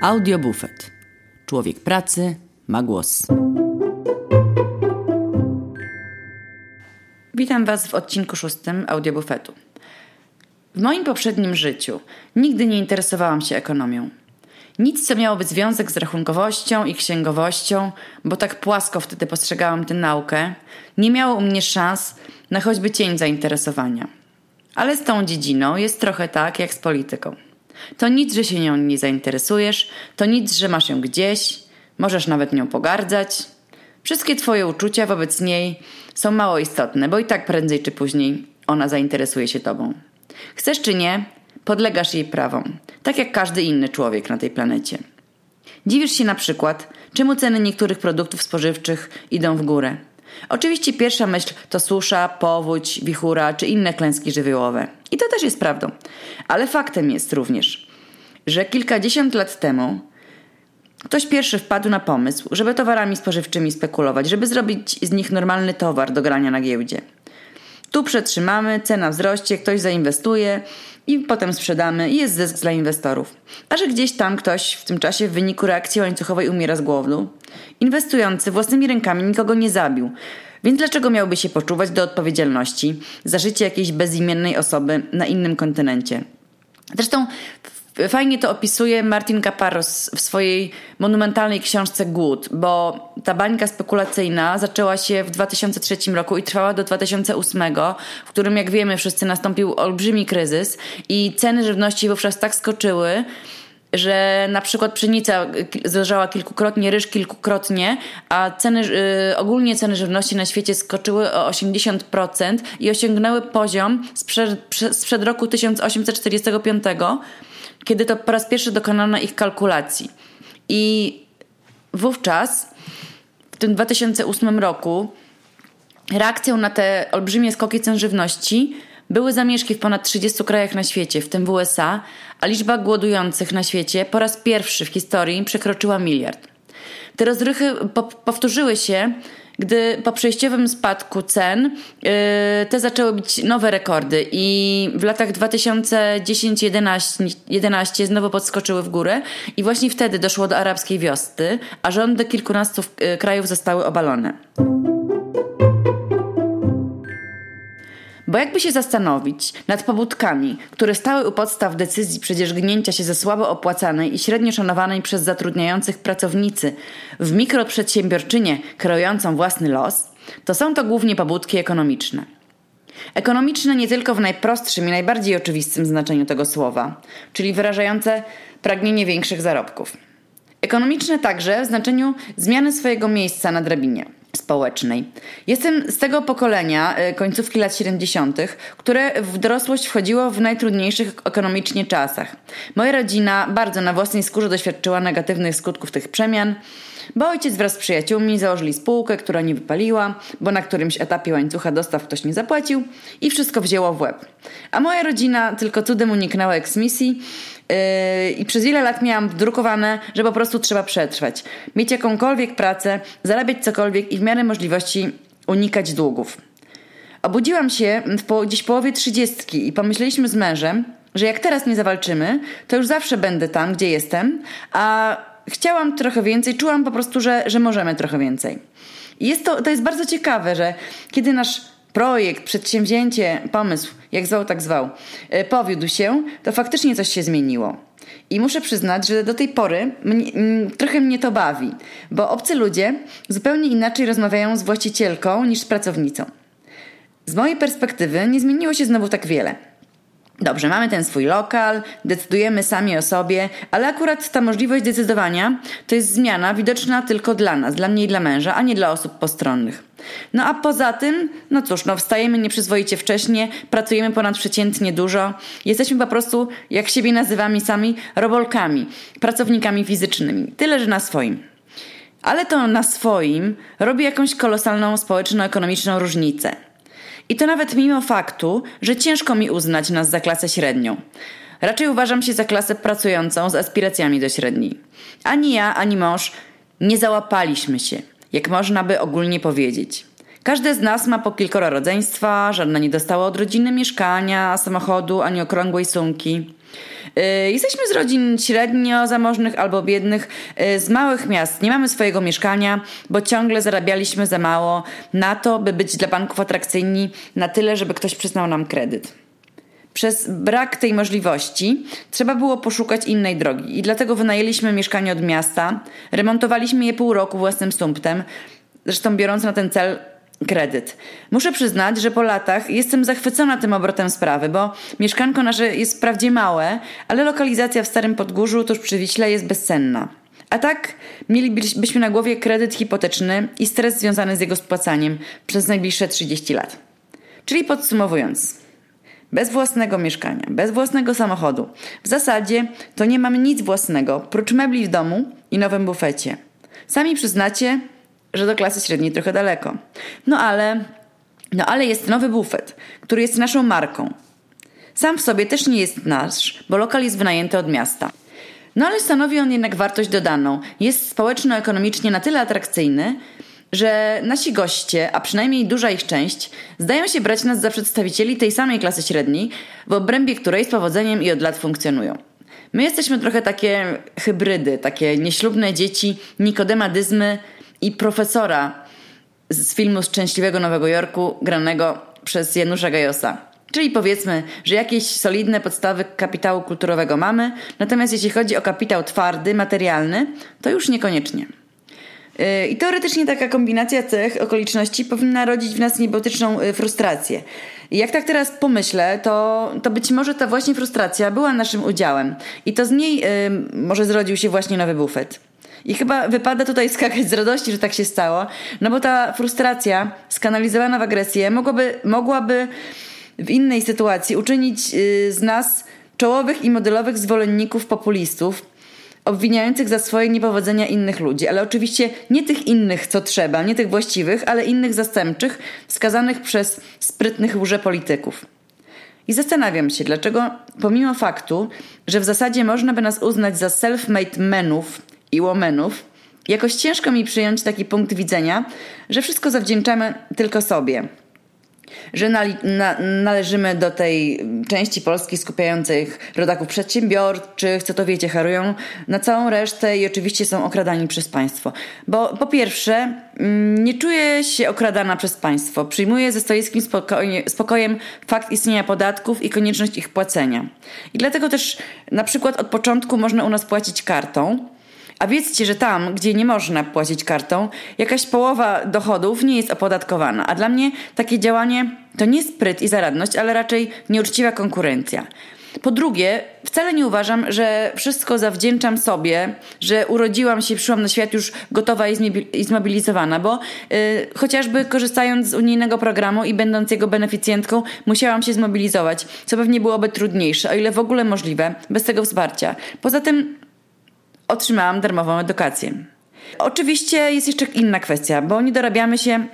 Audiobufet. Człowiek pracy ma głos. Witam Was w odcinku 6 Audiobufetu. W moim poprzednim życiu nigdy nie interesowałam się ekonomią. Nic, co miałoby związek z rachunkowością i księgowością, bo tak płasko wtedy postrzegałam tę naukę, nie miało u mnie szans na choćby cień zainteresowania. Ale z tą dziedziną jest trochę tak jak z polityką. To nic, że się nią nie zainteresujesz, to nic, że masz ją gdzieś, możesz nawet nią pogardzać. Wszystkie Twoje uczucia wobec niej są mało istotne, bo i tak prędzej czy później ona zainteresuje się Tobą. Chcesz czy nie, podlegasz jej prawom, tak jak każdy inny człowiek na tej planecie. Dziwisz się na przykład, czemu ceny niektórych produktów spożywczych idą w górę. Oczywiście pierwsza myśl to susza, powódź, wichura czy inne klęski żywiołowe. I to też jest prawdą. Ale faktem jest również, że kilkadziesiąt lat temu ktoś pierwszy wpadł na pomysł, żeby towarami spożywczymi spekulować, żeby zrobić z nich normalny towar do grania na giełdzie. Tu przetrzymamy, cena wzrośnie, ktoś zainwestuje i potem sprzedamy i jest zysk dla inwestorów. A że gdzieś tam ktoś w tym czasie w wyniku reakcji łańcuchowej umiera z głodu, inwestujący własnymi rękami nikogo nie zabił. Więc dlaczego miałby się poczuwać do odpowiedzialności za życie jakiejś bezimiennej osoby na innym kontynencie? Zresztą fajnie to opisuje Martin Kaparros w swojej monumentalnej książce Głód, bo ta bańka spekulacyjna zaczęła się w 2003 roku i trwała do 2008, w którym, jak wiemy wszyscy, nastąpił olbrzymi kryzys i ceny żywności wówczas tak skoczyły, że na przykład pszenica zdrożała kilkukrotnie, ryż kilkukrotnie, a ogólnie ceny żywności na świecie skoczyły o 80% i osiągnęły poziom sprzed roku 1845, kiedy to po raz pierwszy dokonano ich kalkulacji. I wówczas, w tym 2008 roku, reakcją na te olbrzymie skoki cen żywności były zamieszki w ponad 30 krajach na świecie, w tym w USA, a liczba głodujących na świecie po raz pierwszy w historii przekroczyła 1 miliard. Te rozruchy powtórzyły się, gdy po przejściowym spadku cen te zaczęły bić nowe rekordy i w latach 2010-11 znowu podskoczyły w górę i właśnie wtedy doszło do arabskiej wiosny, a rządy kilkunastu krajów zostały obalone. Bo jakby się zastanowić nad pobudkami, które stały u podstaw decyzji przedzierzgnięcia się ze słabo opłacanej i średnio szanowanej przez zatrudniających pracownicy w mikroprzedsiębiorczynię kreującą własny los, to są to głównie pobudki ekonomiczne. Ekonomiczne nie tylko w najprostszym i najbardziej oczywistym znaczeniu tego słowa, czyli wyrażające pragnienie większych zarobków. Ekonomiczne także w znaczeniu zmiany swojego miejsca na drabinie społecznej. Jestem z tego pokolenia końcówki lat 70., które w dorosłość wchodziło w najtrudniejszych ekonomicznie czasach. Moja rodzina bardzo na własnej skórze doświadczyła negatywnych skutków tych przemian, bo ojciec wraz z przyjaciółmi założyli spółkę, która nie wypaliła, bo na którymś etapie łańcucha dostaw ktoś nie zapłacił i wszystko wzięło w łeb. A moja rodzina tylko cudem uniknęła eksmisji i przez wiele lat miałam wdrukowane, że po prostu trzeba przetrwać. Mieć jakąkolwiek pracę, zarabiać cokolwiek i w miarę możliwości unikać długów. Obudziłam się gdzieś w połowie 30 i pomyśleliśmy z mężem, że jak teraz nie zawalczymy, to już zawsze będę tam, gdzie jestem, a chciałam trochę więcej, czułam po prostu, że możemy trochę więcej. I to jest bardzo ciekawe, że kiedy nasz projekt, przedsięwzięcie, pomysł, jak zwał, tak zwał, powiódł się, to faktycznie coś się zmieniło. I muszę przyznać, że do tej pory trochę mnie to bawi, bo obcy ludzie zupełnie inaczej rozmawiają z właścicielką niż z pracownicą. Z mojej perspektywy nie zmieniło się znowu tak wiele. Dobrze, mamy ten swój lokal, decydujemy sami o sobie, ale akurat ta możliwość decydowania to jest zmiana widoczna tylko dla nas, dla mnie i dla męża, a nie dla osób postronnych. No a poza tym, wstajemy nieprzyzwoicie wcześnie, pracujemy ponadprzeciętnie dużo, jesteśmy po prostu, jak siebie nazywamy sami, robolkami, pracownikami fizycznymi, tyle że na swoim. Ale to na swoim robi jakąś kolosalną społeczno-ekonomiczną różnicę. I to nawet mimo faktu, że ciężko mi uznać nas za klasę średnią. Raczej uważam się za klasę pracującą z aspiracjami do średniej. Ani ja, ani mąż nie załapaliśmy się, jak można by ogólnie powiedzieć. Każde z nas ma po kilkoro rodzeństwa, żadna nie dostała od rodziny mieszkania, samochodu ani okrągłej sumki. Jesteśmy z rodzin średnio zamożnych albo biednych, z małych miast. Nie mamy swojego mieszkania, bo ciągle zarabialiśmy za mało na to, by być dla banków atrakcyjni na tyle, żeby ktoś przyznał nam kredyt. Przez brak tej możliwości trzeba było poszukać innej drogi i dlatego wynajęliśmy mieszkanie od miasta, remontowaliśmy je pół roku własnym sumptem, zresztą biorąc na ten cel kredyt. Muszę przyznać, że po latach jestem zachwycona tym obrotem sprawy, bo mieszkanko nasze jest wprawdzie małe, ale lokalizacja w Starym Podgórzu tuż przy Wiśle jest bezcenna. A tak mielibyśmy na głowie kredyt hipoteczny i stres związany z jego spłacaniem przez najbliższe 30 lat. Czyli podsumowując, bez własnego mieszkania, bez własnego samochodu. W zasadzie to nie mam nic własnego, prócz mebli w domu i nowym bufecie. Sami przyznacie, że do klasy średniej trochę daleko. No ale jest nowy bufet, który jest naszą marką. Sam w sobie też nie jest nasz, bo lokal jest wynajęty od miasta. No ale stanowi on jednak wartość dodaną. Jest społeczno-ekonomicznie na tyle atrakcyjny, że nasi goście, a przynajmniej duża ich część, zdają się brać nas za przedstawicieli tej samej klasy średniej, w obrębie której z powodzeniem i od lat funkcjonują. My jesteśmy trochę takie hybrydy, takie nieślubne dzieci Nikodema Dyzmy i profesora z filmu Szczęśliwego Nowego Jorku, granego przez Janusza Gajosa. Czyli powiedzmy, że jakieś solidne podstawy kapitału kulturowego mamy, natomiast jeśli chodzi o kapitał twardy, materialny, to już niekoniecznie. I teoretycznie taka kombinacja tych okoliczności powinna rodzić w nas niebotyczną frustrację. I jak tak teraz pomyślę, to być może ta właśnie frustracja była naszym udziałem. I to z niej może zrodził się właśnie nowy bufet. I chyba wypada tutaj skakać z radości, że tak się stało, no bo ta frustracja skanalizowana w agresję mogłaby w innej sytuacji uczynić z nas czołowych i modelowych zwolenników populistów, obwiniających za swoje niepowodzenia innych ludzi, ale oczywiście nie tych innych, co trzeba, nie tych właściwych, ale innych zastępczych, wskazanych przez sprytnych łże-polityków. I zastanawiam się, dlaczego pomimo faktu, że w zasadzie można by nas uznać za self-made menów i womenów, jakoś ciężko mi przyjąć taki punkt widzenia, że wszystko zawdzięczamy tylko sobie. Że należymy do tej części Polski skupiających rodaków przedsiębiorczych, co to wiecie, harują na całą resztę i oczywiście są okradani przez państwo. Bo po pierwsze, nie czuję się okradana przez państwo. Przyjmuję ze stoickim spokojem fakt istnienia podatków i konieczność ich płacenia. I dlatego też na przykład od początku można u nas płacić kartą. A wiedzcie, że tam, gdzie nie można płacić kartą, jakaś połowa dochodów nie jest opodatkowana. A dla mnie takie działanie to nie spryt i zaradność, ale raczej nieuczciwa konkurencja. Po drugie, wcale nie uważam, że wszystko zawdzięczam sobie, że urodziłam się, przyszłam na świat już gotowa i zmobilizowana, bo chociażby korzystając z unijnego programu i będąc jego beneficjentką, musiałam się zmobilizować, co pewnie byłoby trudniejsze, o ile w ogóle możliwe, bez tego wsparcia. Poza tym otrzymałam darmową edukację. Oczywiście jest jeszcze inna kwestia, bo nie dorabiamy się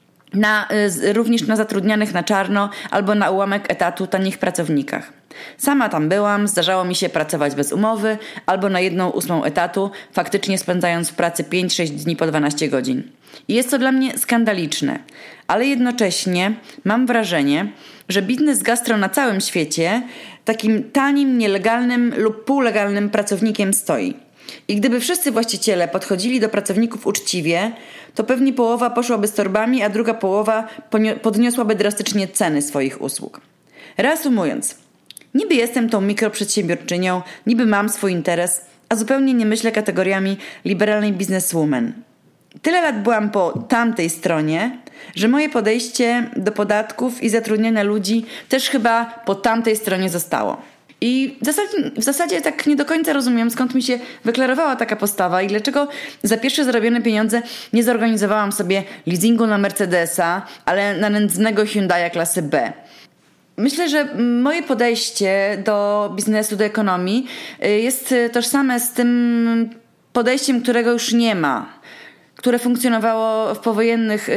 również na zatrudnianych na czarno albo na ułamek etatu tanich pracownikach. Sama tam byłam, zdarzało mi się pracować bez umowy albo na 1/8 etatu, faktycznie spędzając w pracy 5-6 dni po 12 godzin. I jest to dla mnie skandaliczne, ale jednocześnie mam wrażenie, że biznes gastro na całym świecie takim tanim, nielegalnym lub półlegalnym pracownikiem stoi. I gdyby wszyscy właściciele podchodzili do pracowników uczciwie, to pewnie połowa poszłaby z torbami, a druga połowa podniosłaby drastycznie ceny swoich usług. Reasumując, niby jestem tą mikroprzedsiębiorczynią, niby mam swój interes, a zupełnie nie myślę kategoriami liberalnej businesswoman. Tyle lat byłam po tamtej stronie, że moje podejście do podatków i zatrudniania ludzi też chyba po tamtej stronie zostało. I w zasadzie tak nie do końca rozumiem, skąd mi się wyklarowała taka postawa i dlaczego za pierwsze zarobione pieniądze nie zorganizowałam sobie leasingu na Mercedesa, ale na nędznego Hyundai'a klasy B. Myślę, że moje podejście do biznesu, do ekonomii jest tożsame z tym podejściem, którego już nie ma, które funkcjonowało w powojennych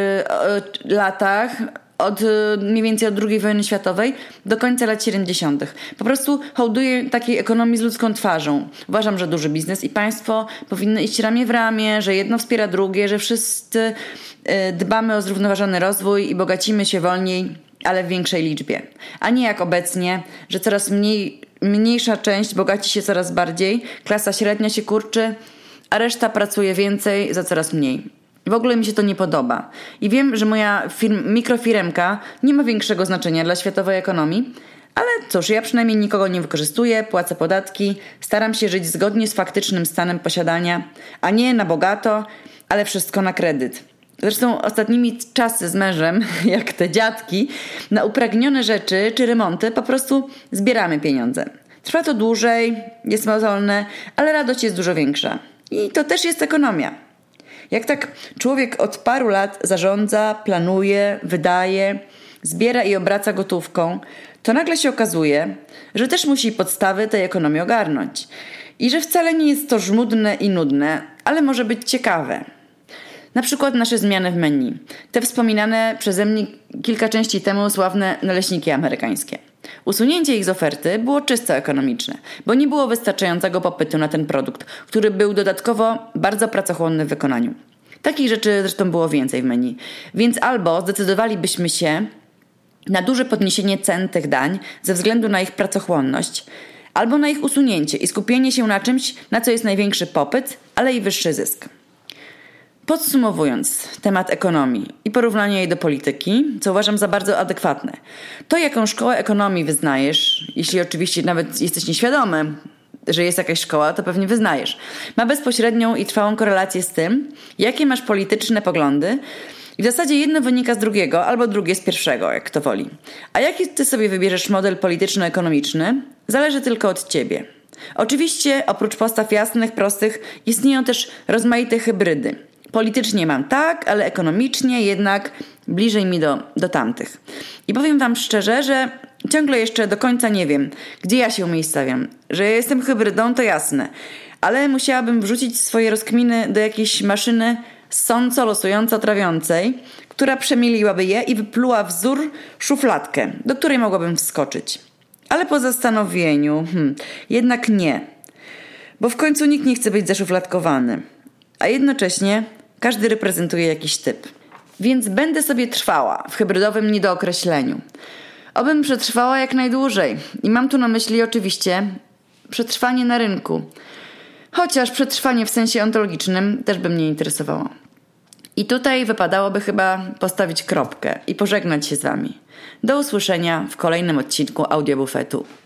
latach, od mniej więcej od II wojny światowej do końca lat 70. Po prostu hołduję takiej ekonomii z ludzką twarzą. Uważam, że duży biznes i państwo powinny iść ramię w ramię, że jedno wspiera drugie, że wszyscy dbamy o zrównoważony rozwój i bogacimy się wolniej, ale w większej liczbie. A nie jak obecnie, że coraz mniej mniejsza część bogaci się coraz bardziej, klasa średnia się kurczy, a reszta pracuje więcej za coraz mniej. W ogóle mi się to nie podoba. I wiem, że moja mikrofiremka nie ma większego znaczenia dla światowej ekonomii, ale cóż, ja przynajmniej nikogo nie wykorzystuję, płacę podatki, staram się żyć zgodnie z faktycznym stanem posiadania, a nie na bogato, ale wszystko na kredyt. Zresztą ostatnimi czasy z mężem, jak te dziadki, na upragnione rzeczy czy remonty po prostu zbieramy pieniądze. Trwa to dłużej, jest mozolne, ale radość jest dużo większa. I to też jest ekonomia. Jak tak człowiek od paru lat zarządza, planuje, wydaje, zbiera i obraca gotówką, to nagle się okazuje, że też musi podstawy tej ekonomii ogarnąć. I że wcale nie jest to żmudne i nudne, ale może być ciekawe. Na przykład nasze zmiany w menu. Te wspominane przeze mnie kilka części temu sławne naleśniki amerykańskie. Usunięcie ich z oferty było czysto ekonomiczne, bo nie było wystarczającego popytu na ten produkt, który był dodatkowo bardzo pracochłonny w wykonaniu. Takich rzeczy zresztą było więcej w menu. Więc albo zdecydowalibyśmy się na duże podniesienie cen tych dań ze względu na ich pracochłonność, albo na ich usunięcie i skupienie się na czymś, na co jest największy popyt, ale i wyższy zysk. Podsumowując temat ekonomii i porównanie jej do polityki, co uważam za bardzo adekwatne, to jaką szkołę ekonomii wyznajesz, jeśli oczywiście nawet jesteś nieświadomy, że jest jakaś szkoła, to pewnie wyznajesz, ma bezpośrednią i trwałą korelację z tym, jakie masz polityczne poglądy i w zasadzie jedno wynika z drugiego albo drugie z pierwszego, jak kto woli. A jaki ty sobie wybierzesz model polityczno-ekonomiczny, zależy tylko od ciebie. Oczywiście oprócz postaw jasnych, prostych istnieją też rozmaite hybrydy. Politycznie mam tak, ale ekonomicznie jednak bliżej mi do tamtych. I powiem wam szczerze, że ciągle jeszcze do końca nie wiem, gdzie ja się umiejscawiam. Że jestem hybrydą, to jasne. Ale musiałabym wrzucić swoje rozkminy do jakiejś maszyny sąco-losująco-trawiącej, która przemieliłaby je i wypluła wzór szufladkę, do której mogłabym wskoczyć. Ale po zastanowieniu, jednak nie. Bo w końcu nikt nie chce być zaszufladkowany. A jednocześnie każdy reprezentuje jakiś typ. Więc będę sobie trwała w hybrydowym niedookreśleniu. Obym przetrwała jak najdłużej. I mam tu na myśli oczywiście przetrwanie na rynku. Chociaż przetrwanie w sensie ontologicznym też by mnie interesowało. I tutaj wypadałoby chyba postawić kropkę i pożegnać się z wami. Do usłyszenia w kolejnym odcinku Audiobufetu.